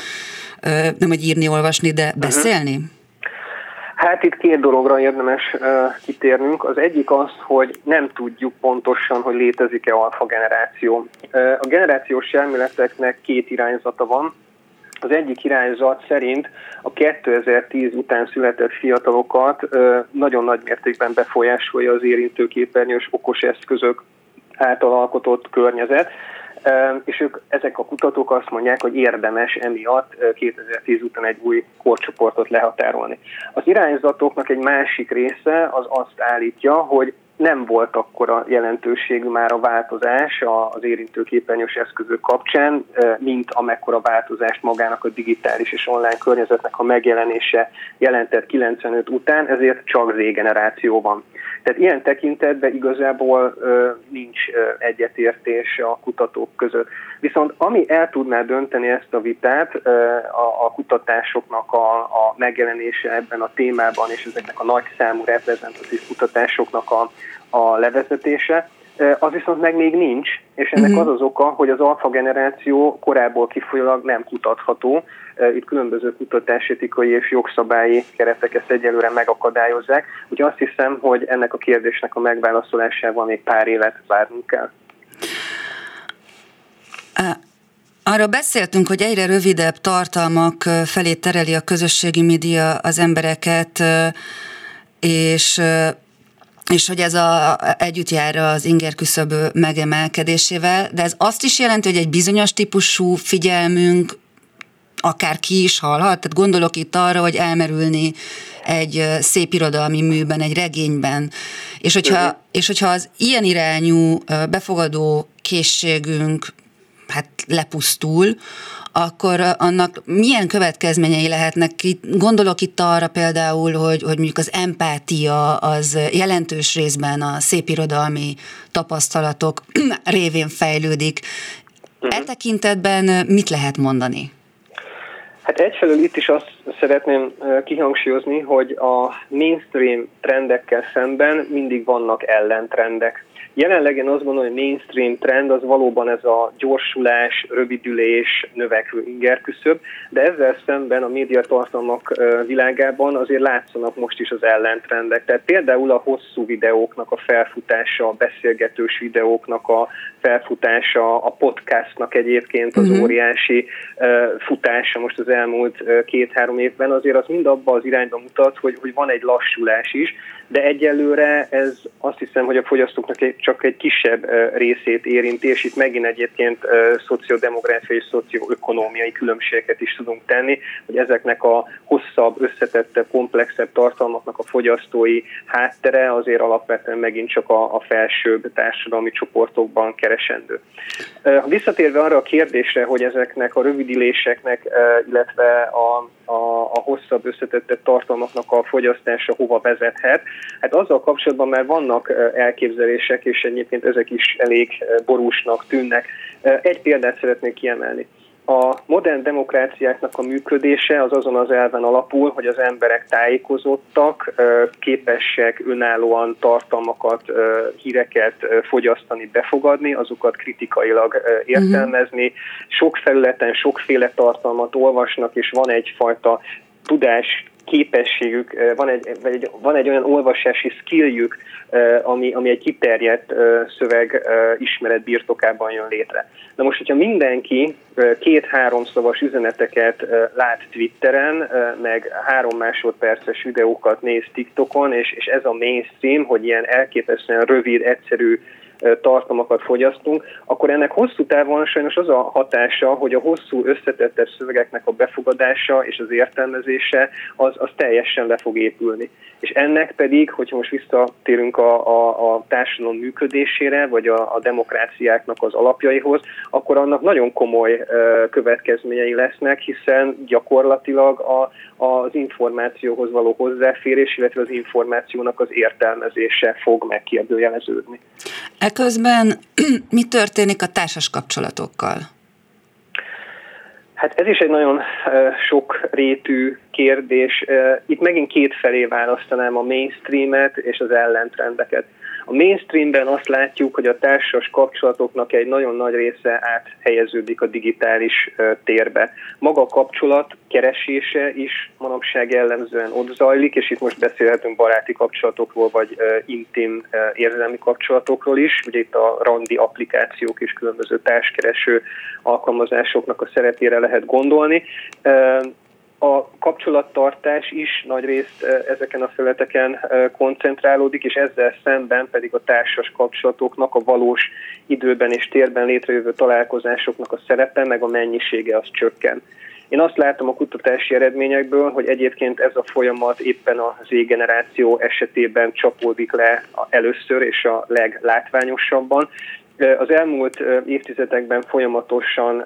nem hogy írni, olvasni, de beszélni? Uh-huh. Hát itt két dologra érdemes uh, kitérnünk. Az egyik az, hogy nem tudjuk pontosan, hogy létezik-e alfa generáció. Uh, a generációs elméleteknek két irányzata van. Az egyik irányzat szerint a kétezer-tíz után született fiatalokat uh, nagyon nagy mértékben befolyásolja az érintőképernyős okos eszközök által alkotott környezet, és ők, ezek a kutatók azt mondják, hogy érdemes emiatt kétezer-tíz után egy új korcsoportot lehatárolni. Az irányzatoknak egy másik része az azt állítja, hogy nem volt akkora jelentőségű már a változás az érintőképernyős eszközök kapcsán, mint amekkora változást magának a digitális és online környezetnek a megjelenése jelentett kilencvenöt után, ezért csak Z-generáció van. Tehát ilyen tekintetben igazából nincs egyetértés a kutatók között. Viszont ami el tudná dönteni ezt a vitát, a, a kutatásoknak a, a megjelenése ebben a témában, és ezeknek a nagyszámú reprezentatív kutatásoknak a, a levezetése, az viszont meg még nincs, és ennek uh-huh. az az oka, hogy az alfa generáció korából kifolyólag nem kutatható. Itt különböző kutatásetikai és jogszabályi keretek ezt egyelőre megakadályozzák. Úgyhogy azt hiszem, hogy ennek a kérdésnek a megválaszolásával még pár évet várnunk kell. Arra beszéltünk, hogy egyre rövidebb tartalmak felé tereli a közösségi média az embereket, és, és hogy ez a, együtt jár az ingerküszöb megemelkedésével, de ez azt is jelenti, hogy egy bizonyos típusú figyelmünk akár ki is halhat. Tehát gondolok itt arra, hogy elmerülni egy szépirodalmi műben, egy regényben. És hogyha, uh-huh. és hogyha az ilyen irányú befogadó készségünk hát lepusztul, akkor annak milyen következményei lehetnek? Gondolok itt arra például, hogy, hogy mondjuk az empátia az jelentős részben a szépirodalmi tapasztalatok révén fejlődik. Uh-huh. E tekintetben mit lehet mondani? Hát egyfelől itt is azt szeretném kihangsúlyozni, hogy a mainstream trendekkel szemben mindig vannak ellentrendek. Jelenleg én azt gondolom, hogy mainstream trend az valóban ez a gyorsulás, rövidülés, növekvő ingerküszöb, de ezzel szemben a médiatartalmak világában azért látszanak most is az ellentrendek. Tehát például a hosszú videóknak a felfutása, a beszélgetős videóknak a felfutása, a podcastnak egyébként az uh-huh. óriási futása most az elmúlt két-három évben, azért az mind abba az irányba mutat, hogy, hogy van egy lassulás is, de egyelőre ez azt hiszem, hogy a fogyasztóknak egy, csak egy kisebb részét érinti, és itt megint egyébként szociodemográfiai és szocioökonómiai különbségeket is tudunk tenni, hogy ezeknek a hosszabb, összetettebb, komplexebb tartalmaknak a fogyasztói háttere azért alapvetően megint csak a, a felsőbb társadalmi csoportokban keresendő. Visszatérve arra a kérdésre, hogy ezeknek a rövidüléseknek, illetve a A, a hosszabb összetettebb tartalmaknak a fogyasztása hova vezethet. Hát azzal kapcsolatban már vannak elképzelések, és egyébként ezek is elég borúsnak tűnnek. Egy példát szeretnék kiemelni. A modern demokráciáknak a működése az azon az elven alapul, hogy az emberek tájékozottak, képesek önállóan tartalmakat, híreket fogyasztani, befogadni, azokat kritikailag értelmezni. Sok felületen sokféle tartalmat olvasnak, és van egyfajta tudás képességük, van egy, vagy van egy olyan olvasási skilljük, ami, ami egy kiterjedt szöveg ismeret birtokában jön létre. Na most, hogyha mindenki két-három szavas üzeneteket lát Twitteren, meg három másodperces videókat néz TikTokon, és, és ez a mainstream, hogy ilyen elképesztően rövid, egyszerű tartalmakat fogyasztunk, akkor ennek hosszú távon sajnos az a hatása, hogy a hosszú összetettebb szövegeknek a befogadása és az értelmezése az, az teljesen le fog épülni. És ennek pedig, hogyha most visszatérünk a, a, a társadalom működésére, vagy a, a demokráciáknak az alapjaihoz, akkor annak nagyon komoly uh, következményei lesznek, hiszen gyakorlatilag a, az információhoz való hozzáférés, illetve az információnak az értelmezése fog megkérdőjeleződni. Eközben mi történik a társas kapcsolatokkal? Hát ez is egy nagyon sok rétű kérdés. Itt megint két felé választanám a mainstreamet és az ellentrendeket. A mainstreamben azt látjuk, hogy a társas kapcsolatoknak egy nagyon nagy része áthelyeződik a digitális térbe. Maga a kapcsolat keresése is manapság jellemzően ott zajlik, és itt most beszélhetünk baráti kapcsolatokról, vagy intim érzelmi kapcsolatokról is. Ugye itt a randi applikációk és különböző társkereső alkalmazásoknak a szerepére lehet gondolni. A kapcsolattartás is nagyrészt ezeken a felületeken koncentrálódik, és ezzel szemben pedig a társas kapcsolatoknak, a valós időben és térben létrejövő találkozásoknak a szerepe, meg a mennyisége az csökken. Én azt látom a kutatási eredményekből, hogy egyébként ez a folyamat éppen a Z-generáció esetében csapódik le először és a leglátványosabban. Az elmúlt évtizedekben folyamatosan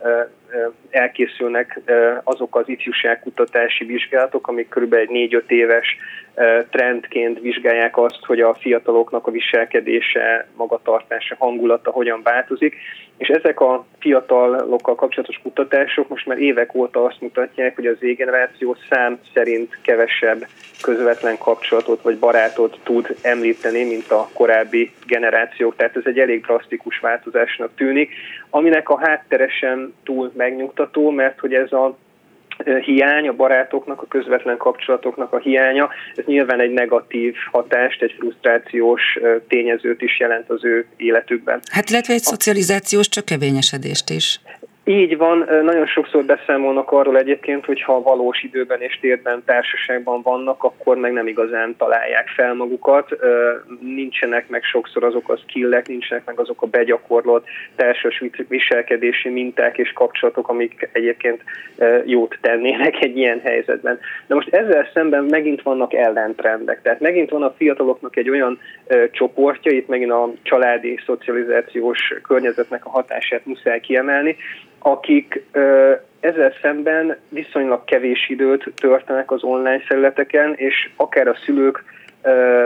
elkészülnek azok az ifjúságkutatási vizsgálatok, amik körülbelül egy négy-öt éves trendként vizsgálják azt, hogy a fiataloknak a viselkedése, magatartása, hangulata hogyan változik, és ezek a fiatalokkal kapcsolatos kutatások most már évek óta azt mutatják, hogy az Z-generáció szám szerint kevesebb közvetlen kapcsolatot vagy barátot tud említeni, mint a korábbi generációk, tehát ez egy elég drasztikus változásnak tűnik, aminek a háttere sem túl megnyugtató, mert hogy ez a hiány, a barátoknak, a közvetlen kapcsolatoknak a hiánya, ez nyilván egy negatív hatást, egy frusztrációs tényezőt is jelent az ő életükben. Hát illetve egy szocializációs csökkevényesedést is. Így van, nagyon sokszor beszámolnak arról egyébként, hogy ha valós időben és térben, társaságban vannak, akkor meg nem igazán találják fel magukat, nincsenek meg sokszor azok a skillek, nincsenek meg azok a begyakorlott társas viselkedési minták és kapcsolatok, amik egyébként jót tennének egy ilyen helyzetben. De most ezzel szemben megint vannak ellentrendek, tehát megint van a fiataloknak egy olyan csoportja, itt megint a családi, szocializációs környezetnek a hatását muszáj kiemelni, akik ö, ezzel szemben viszonylag kevés időt töltenek az online felületeken, és akár a szülők ö,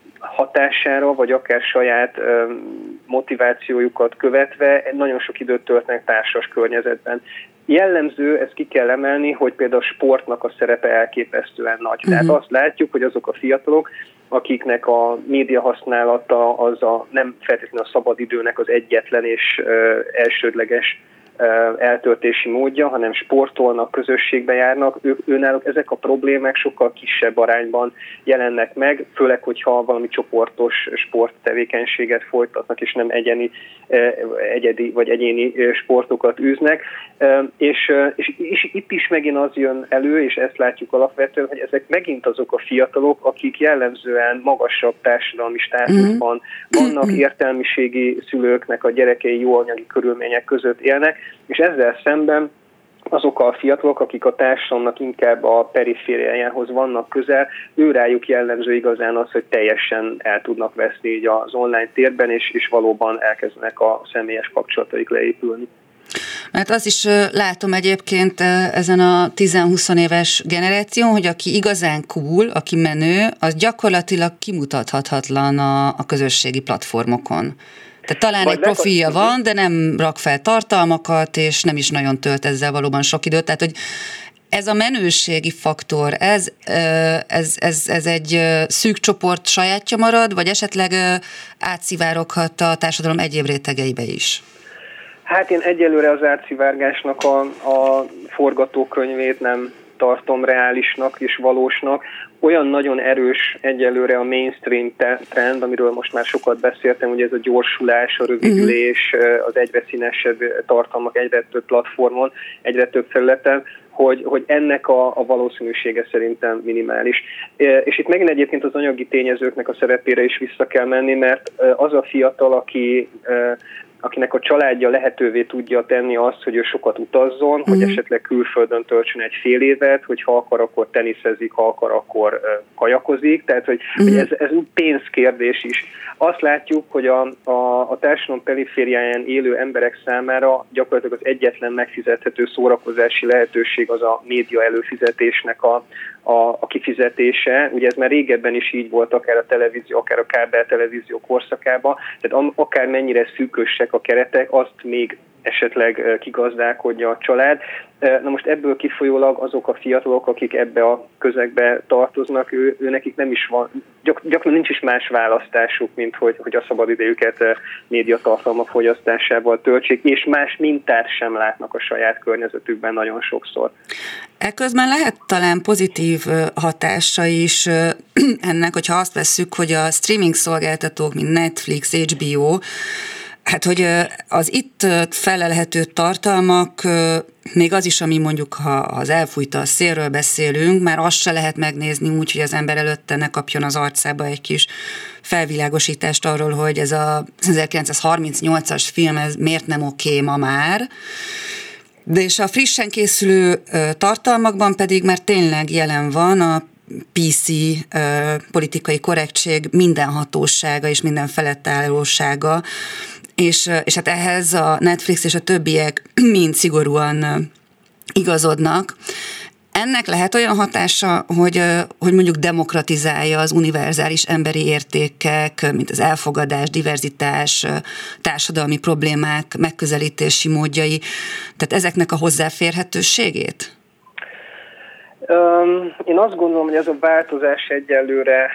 hatására, vagy akár saját ö, motivációjukat követve nagyon sok időt töltenek társas környezetben. Jellemző, ezt ki kell emelni, hogy például a sportnak a szerepe elképesztően nagy. Uh-huh. Tehát azt látjuk, hogy azok a fiatalok, akiknek a média használata az a, nem feltétlenül a szabadidőnek az egyetlen és ö, elsődleges eltöltési módja, hanem sportolnak, közösségbe járnak, ők, őnáluk ezek a problémák sokkal kisebb arányban jelennek meg, főleg, hogyha valami csoportos sporttevékenységet folytatnak, és nem egyeni, egyedi vagy egyéni sportokat űznek. És, és, és itt is megint az jön elő, és ezt látjuk alapvetően, hogy ezek megint azok a fiatalok, akik jellemzően magasabb társadalmi státuszban vannak, értelmiségi szülőknek a gyerekei jó anyagi körülmények között élnek, és ezzel szemben azok a fiatalok, akik a társadalomnak inkább a perifériájához vannak közel, őrájuk jellemző igazán az, hogy teljesen el tudnak veszni így az online térben, és, és valóban elkezdenek a személyes kapcsolataik leépülni. Mert azt is látom egyébként ezen a tíz-húsz éves generáción, hogy aki igazán cool, aki menő, az gyakorlatilag kimutathatatlan a, a közösségi platformokon. Tehát talán Vagy egy profilja van, de nem rak fel tartalmakat, és nem is nagyon tölt ezzel valóban sok időt. Tehát, hogy ez a menőségi faktor, ez, ez, ez, ez egy szűk csoport sajátja marad, vagy esetleg átszivároghat a társadalom egyéb rétegeibe is? Hát én egyelőre az átszivárgásnak a, a forgatókönyvét nem tartom reálisnak és valósnak. Olyan nagyon erős egyelőre a mainstream trend, amiről most már sokat beszéltem, ugye ez a gyorsulás, a rövidülés, az egyre színesebb tartalmak, egyre több platformon, egyre több felületen, hogy, hogy ennek a, a valószínűsége szerintem minimális. És itt megint egyébként az anyagi tényezőknek a szerepére is vissza kell menni, mert az a fiatal, aki akinek a családja lehetővé tudja tenni azt, hogy ő sokat utazzon, mm. hogy esetleg külföldön töltsön egy fél évet, hogy ha akar, akkor teniszezik, ha akar, akkor uh, kajakozik, tehát hogy, mm. hogy ez, ez úgy pénzkérdés is. Azt látjuk, hogy a, a, a társadalom perifériáján élő emberek számára gyakorlatilag az egyetlen megfizethető szórakozási lehetőség az a média előfizetésnek a, a, a kifizetése. Ugye ez már régebben is így volt, akár a televízió, akár a kábel televízió korszakában, tehát akár mennyire szűkösek a keretek, azt még esetleg kigazdálkodja a család. Na most ebből kifolyólag azok a fiatalok, akik ebbe a közegbe tartoznak, ő, ő nekik nem is van, gyak, gyakran nincs is más választásuk, mint hogy, hogy a szabadidejüket médiatartalmak fogyasztásával töltsék, és más mintát sem látnak a saját környezetükben nagyon sokszor. Eközben lehet talán pozitív hatása is ennek, hogyha azt vesszük, hogy a streaming szolgáltatók, mint Netflix, há bé o, hát, hogy az itt felelhető tartalmak, még az is, ami mondjuk, ha az elfújt a szélről beszélünk, már azt se lehet megnézni úgy, hogy az ember előtte ne kapjon az arcába egy kis felvilágosítást arról, hogy ez a ezerkilencszázharmincnyolcas film, ez miért nem oké ma már. De és a frissen készülő tartalmakban pedig már tényleg jelen van a pé cé politikai korrektség mindenhatósága és minden felettállósága, és, és hát ehhez a Netflix és a többiek mind szigorúan igazodnak. Ennek lehet olyan hatása, hogy, hogy mondjuk demokratizálja az univerzális emberi értékek, mint az elfogadás, diverzitás, társadalmi problémák, megközelítési módjai, tehát ezeknek a hozzáférhetőségét? Én azt gondolom, hogy ez a változás egyelőre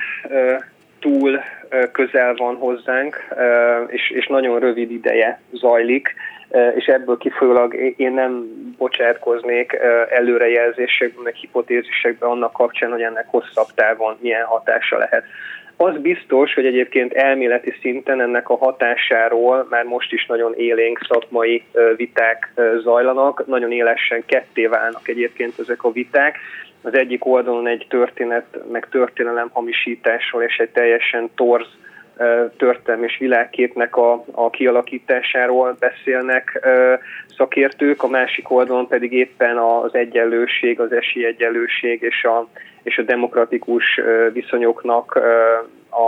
túl közel van hozzánk, és, és nagyon rövid ideje zajlik, és ebből kifolyólag én nem bocsátkoznék előrejelzésekbe, meg hipotézisekbe annak kapcsán, hogy ennek hosszabb távon milyen hatása lehet. Az biztos, hogy egyébként elméleti szinten ennek a hatásáról már most is nagyon élénk szakmai viták zajlanak, nagyon élesen ketté válnak egyébként ezek a viták. Az egyik oldalon egy történet, meg történelem hamisításról és egy teljesen torz történelmi és világképnek a, a kialakításáról beszélnek ö, szakértők, a másik oldalon pedig éppen az egyenlőség, az esélyegyenlőség és a, és a demokratikus ö, viszonyoknak ö, a,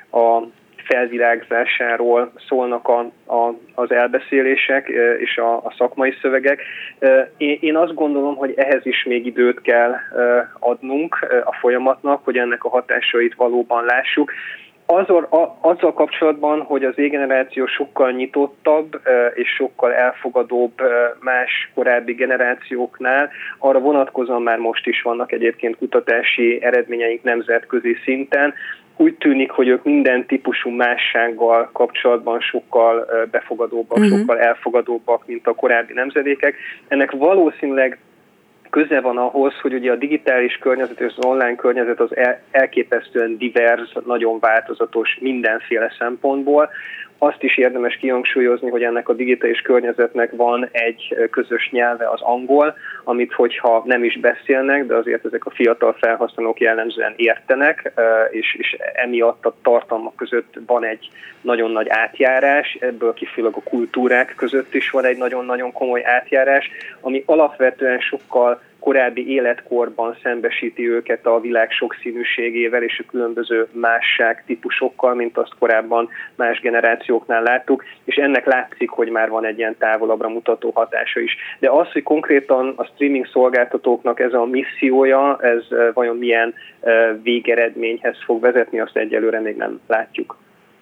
a felvilágzásáról szólnak a, a, az elbeszélések ö, és a, a szakmai szövegek. Ö, én, én azt gondolom, hogy ehhez is még időt kell ö, adnunk ö, a folyamatnak, hogy ennek a hatásait valóban lássuk. Azzal, a, azzal kapcsolatban, hogy az Z-generáció sokkal nyitottabb és sokkal elfogadóbb más korábbi generációknál, arra vonatkozóan már most is vannak egyébként kutatási eredményeink nemzetközi szinten. Úgy tűnik, hogy ők minden típusú mássággal kapcsolatban sokkal befogadóbbak, uh-huh. sokkal elfogadóbbak, mint a korábbi nemzedékek. Ennek valószínűleg köze van ahhoz, hogy ugye a digitális környezet és az online környezet az elképesztően divers, nagyon változatos mindenféle szempontból. Azt is érdemes kihangsúlyozni, hogy ennek a digitális környezetnek van egy közös nyelve, az angol, amit hogyha nem is beszélnek, de azért ezek a fiatal felhasználók jellemzően értenek, és, és emiatt a tartalmak között van egy nagyon nagy átjárás, ebből kifolyólag a kultúrák között is van egy nagyon-nagyon komoly átjárás, ami alapvetően sokkal korábbi életkorban szembesíti őket a világ sokszínűségével és a különböző másság típusokkal, mint azt korábban más generációknál láttuk, és ennek látszik, hogy már van egy ilyen távolabbra mutató hatása is. De az, hogy konkrétan a streaming szolgáltatóknak ez a missziója, ez vajon milyen végeredményhez fog vezetni, azt egyelőre még nem látjuk.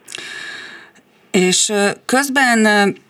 És közben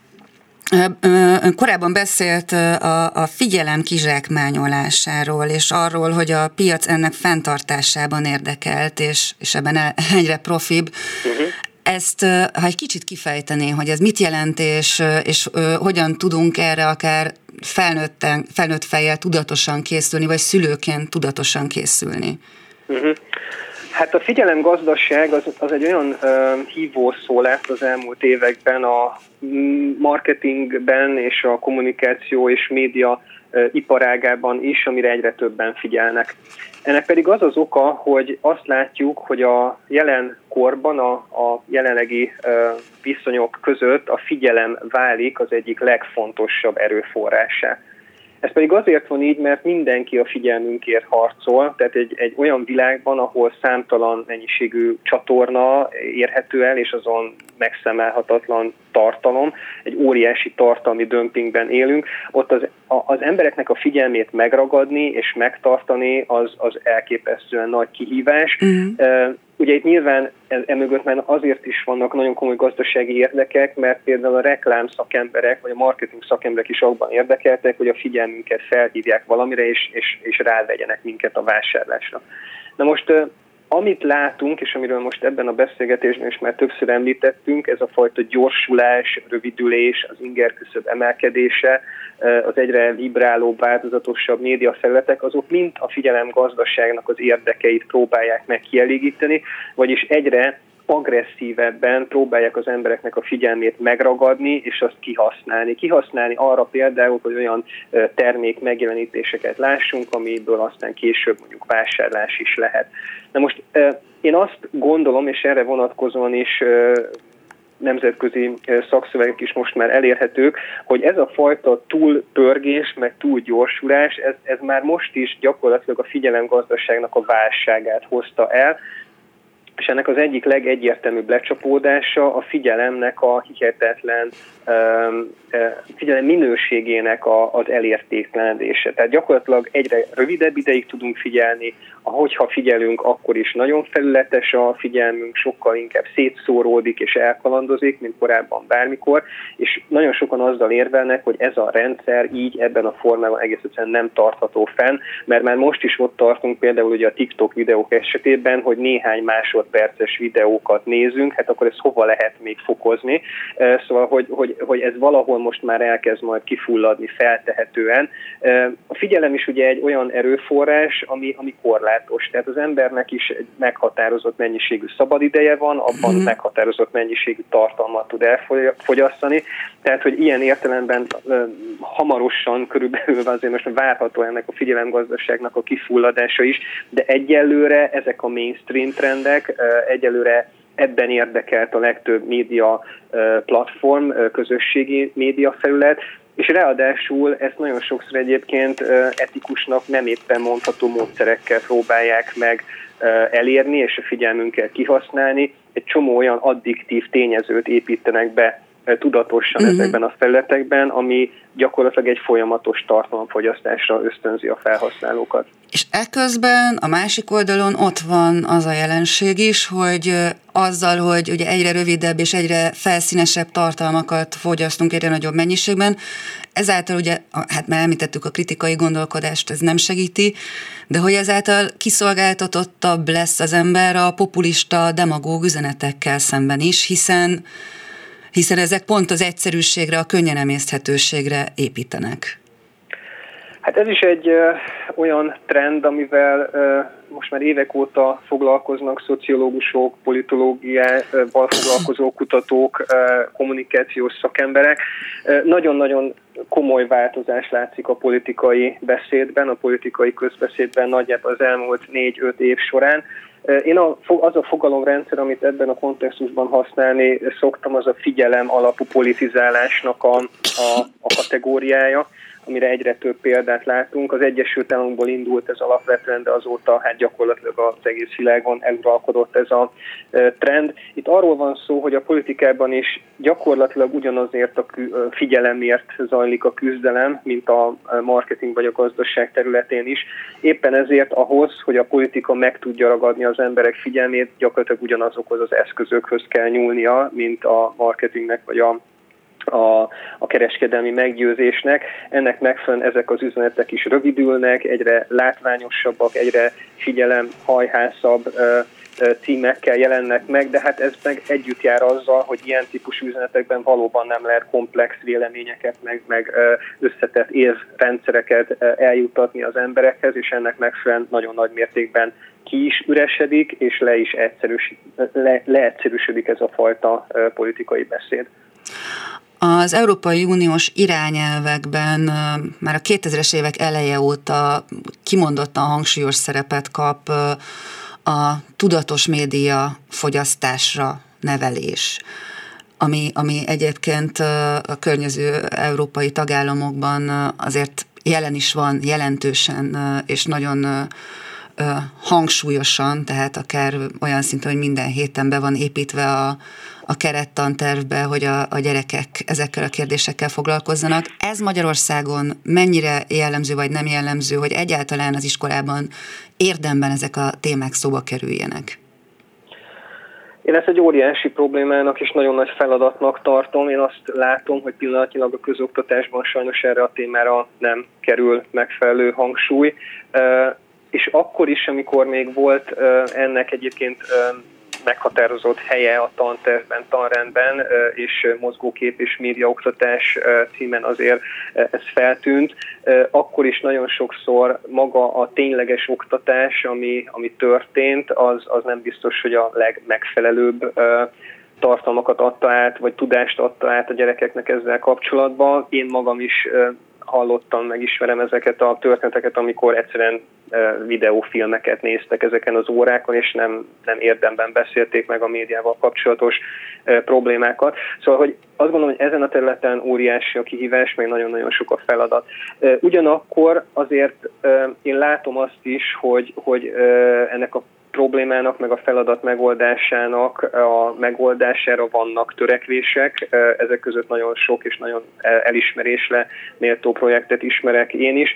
korábban beszélt a, a figyelem kizsákmányolásáról, és arról, hogy a piac ennek fenntartásában érdekelt, és, és ebben egyre profibb. Uh-huh. Ezt, ha egy kicsit kifejtené, hogy ez mit jelent, és, és hogyan tudunk erre akár felnőtten, felnőtt fejjel tudatosan készülni, vagy szülőként tudatosan készülni? Uh-huh. Hát a figyelemgazdaság az, az egy olyan uh, hívószó lett az elmúlt években a marketingben és a kommunikáció és média uh, iparágában is, amire egyre többen figyelnek. Ennek pedig az az oka, hogy azt látjuk, hogy a jelen korban, a, a jelenlegi uh, viszonyok között a figyelem válik az egyik legfontosabb erőforrássá. Ez pedig azért van így, mert mindenki a figyelmünkért harcol, tehát egy, egy olyan világban, ahol számtalan mennyiségű csatorna érhető el, és azon megszemelhetetlen tartalom, egy óriási tartalmi dömpingben élünk, ott az, a, az embereknek a figyelmét megragadni és megtartani az, az elképesztően nagy kihívás. Uh-huh. Uh, Ugye itt nyilván emögött már azért is vannak nagyon komoly gazdasági érdekek, mert például a reklám szakemberek, vagy a marketing szakemberek is abban érdekeltek, hogy a figyelmünket felhívják valamire, és, és, és rávegyenek minket a vásárlásra. Na most, amit látunk, és amiről most ebben a beszélgetésben is már többször említettünk, ez a fajta gyorsulás, rövidülés, az ingerküszöb emelkedése, az egyre vibrálóbb, változatosabb médiafelületek, azok mind a figyelemgazdaságnak az érdekeit próbálják meg kielégíteni, vagyis egyre agresszívebben próbálják az embereknek a figyelmét megragadni, és azt kihasználni. Kihasználni arra például, hogy olyan termék megjelenítéseket lássunk, amiből aztán később mondjuk vásárlás is lehet. Na most én azt gondolom, és erre vonatkozóan is nemzetközi szakszövegek is most már elérhetők, hogy ez a fajta túlpörgés, meg túlgyorsulás, ez, ez már most is gyakorlatilag a figyelemgazdaságnak a válságát hozta el, és ennek az egyik legegyértelműbb lecsapódása a figyelemnek a hihetetlen figyelem minőségének a, az elértéklenedése. Tehát gyakorlatilag egyre rövidebb ideig tudunk figyelni, ahogyha figyelünk, akkor is nagyon felületes a figyelmünk, sokkal inkább szétszóródik és elkalandozik, mint korábban bármikor, és nagyon sokan azzal érvelnek, hogy ez a rendszer így ebben a formában egész egyszerűen nem tartható fenn, mert már most is ott tartunk például ugye a TikTok videók esetében, hogy néhány másodperces videókat nézünk, hát akkor ezt hova lehet még fokozni. Szóval, hogy, hogy, hogy ez valahol most már elkezd majd kifulladni feltehetően. A figyelem is ugye egy olyan erőforrás, ami, ami korlátos. Tehát az embernek is egy meghatározott mennyiségű szabadideje van, abban mm. meghatározott mennyiségű tartalmat tud elfogyasztani. Tehát, hogy ilyen értelemben hamarosan körülbelül azért most várható ennek a figyelemgazdaságnak a kifulladása is, de egyelőre ezek a mainstream trendek, egyelőre ebben érdekelt a legtöbb média platform, közösségi média felület, és ráadásul ezt nagyon sokszor egyébként etikusnak nem éppen mondható módszerekkel próbálják meg elérni, és a figyelmünket kihasználni. Egy csomó olyan addiktív tényezőt építenek be tudatosan uh-huh. ezekben a felületekben, ami gyakorlatilag egy folyamatos tartalomfogyasztásra ösztönzi a felhasználókat. És eközben a másik oldalon ott van az a jelenség is, hogy azzal, hogy ugye egyre rövidebb és egyre felszínesebb tartalmakat fogyasztunk egyre nagyobb mennyiségben, ezáltal ugye, hát már említettük a kritikai gondolkodást, ez nem segíti, de hogy ezáltal kiszolgáltatottabb lesz az ember a populista, demagóg üzenetekkel szemben is, hiszen hiszen ezek pont az egyszerűségre, a könnyen emészthetőségre építenek. Hát ez is egy ö, olyan trend, amivel ö, most már évek óta foglalkoznak szociológusok, politológiával foglalkozó kutatók, ö, kommunikációs szakemberek. Ö, nagyon-nagyon komoly változás látszik a politikai beszédben, a politikai közbeszédben nagyjából az elmúlt négy-öt év során. Én a, az a fogalomrendszer, amit ebben a kontextusban használni szoktam, az a figyelem alapú politizálásnak a, a, a kategóriája, amire egyre több példát látunk. Az Egyesült Államokból indult ez alapvetően, de azóta hát gyakorlatilag az egész világon eluralkodott ez a trend. Itt arról van szó, hogy a politikában is gyakorlatilag ugyanazért a figyelemért zajlik a küzdelem, mint a marketing vagy a gazdaság területén is. Éppen ezért ahhoz, hogy a politika meg tudja ragadni az emberek figyelmét, gyakorlatilag ugyanazokhoz az eszközökhöz kell nyúlnia, mint a marketingnek vagy a A, a kereskedelmi meggyőzésnek. Ennek megfelelően ezek az üzenetek is rövidülnek, egyre látványosabbak, egyre figyelemhajhászabb ö, ö, címekkel jelennek meg, de hát ez meg együtt jár azzal, hogy ilyen típusú üzenetekben valóban nem lehet komplex véleményeket, meg, meg ö, összetett érvrendszereket ö, eljuttatni az emberekhez, és ennek megfelelően nagyon nagy mértékben ki is üresedik, és le is egyszerűs, le, leegyszerűsödik ez a fajta ö, politikai beszéd. Az Európai Uniós irányelvekben már a kétezres évek eleje óta kimondottan hangsúlyos szerepet kap a tudatos média fogyasztásra nevelés, ami, ami egyébként a környező európai tagállamokban azért jelen is van, jelentősen és nagyon hangsúlyosan, tehát akár olyan szinten, hogy minden héten be van építve a, a kerettantervbe, hogy a, a gyerekek ezekkel a kérdésekkel foglalkozzanak. Ez Magyarországon mennyire jellemző vagy nem jellemző, hogy egyáltalán az iskolában érdemben ezek a témák szóba kerüljenek? Én ezt egy óriási problémának és nagyon nagy feladatnak tartom. Én azt látom, hogy pillanatnyilag a közoktatásban sajnos erre a témára nem kerül megfelelő hangsúly. És akkor is, amikor még volt ennek egyébként meghatározott helye a tantervben, tanrendben, és mozgókép és médiaoktatás címen azért ez feltűnt, akkor is nagyon sokszor maga a tényleges oktatás, ami, ami történt, az, az nem biztos, hogy a legmegfelelőbb tartalmakat adta át, vagy tudást adta át a gyerekeknek ezzel kapcsolatban. Én magam is hallottam, megismerem ezeket a történeteket, amikor egyszerűen videófilmeket néztek ezeken az órákon, és nem, nem érdemben beszélték meg a médiával kapcsolatos problémákat. Szóval, hogy azt gondolom, hogy ezen a területen óriási a kihívás, meg nagyon-nagyon sok a feladat. Ugyanakkor azért én látom azt is, hogy, hogy ennek a problémának, meg a feladat megoldásának a megoldására vannak törekvések. Ezek között nagyon sok és nagyon elismerésre méltó projektet ismerek én is.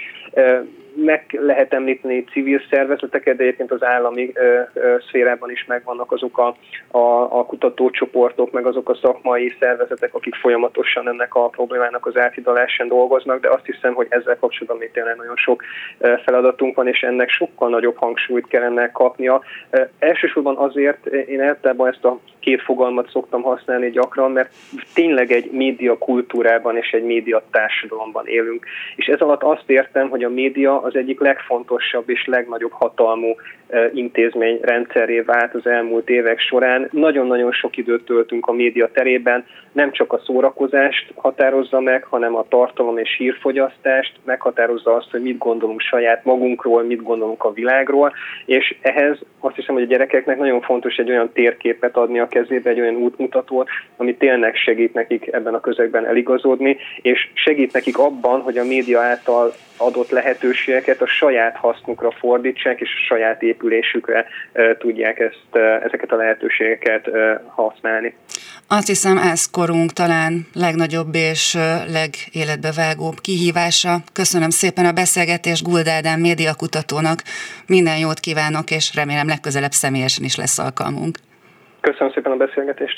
Meg lehet említeni civil szervezeteket, de egyébként az állami ö, ö, szférában is megvannak azok a, a, a kutatócsoportok, meg azok a szakmai szervezetek, akik folyamatosan ennek a problémának az áthidalásán dolgoznak, de azt hiszem, hogy ezzel kapcsolatban még tényleg nagyon sok feladatunk van, és ennek sokkal nagyobb hangsúlyt kellene kapnia. Elsősorban azért én általában ezt a két fogalmat szoktam használni gyakran, mert tényleg egy média kultúrában és egy média társadalomban élünk. És ez alatt azt értem, hogy a média az egyik legfontosabb és legnagyobb hatalmú intézmény rendszerré vált az elmúlt évek során. Nagyon-nagyon sok időt töltünk a média terében, nem csak a szórakozást határozza meg, hanem a tartalom és hírfogyasztást, meghatározza azt, hogy mit gondolunk saját magunkról, mit gondolunk a világról, és ehhez azt hiszem, hogy a gyerekeknek nagyon fontos egy olyan térképet adni a kezébe, egy olyan útmutatót, ami tényleg segít nekik ebben a közegben eligazodni, és segít nekik abban, hogy a média által adott lehetőségeket a saját hasznukra fordítsák, és a saját épülésükre e, tudják ezt, e, ezeket a lehetőségeket e, használni. Azt hiszem, ez korunk talán legnagyobb és legéletbevágóbb kihívása. Köszönöm szépen a beszélgetést Guld Ádám médiakutatónak. Minden jót kívánok, és remélem legközelebb személyesen is lesz alkalmunk. Köszönöm szépen a beszélgetést.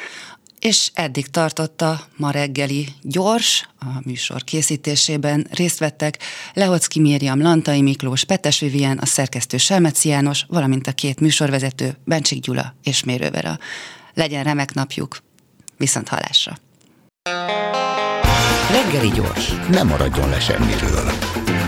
És eddig tartott a ma reggeli Gyors, a műsor készítésében részt vettek Lehocki Miriam, Lantai Miklós, Petes Vivien, a szerkesztő Selmeci János, valamint a két műsorvezető Bencsik Gyula és Mérő Vera. Legyen remek napjuk, viszont hallásra! Reggeli Gyors, nem maradjon le semmiről.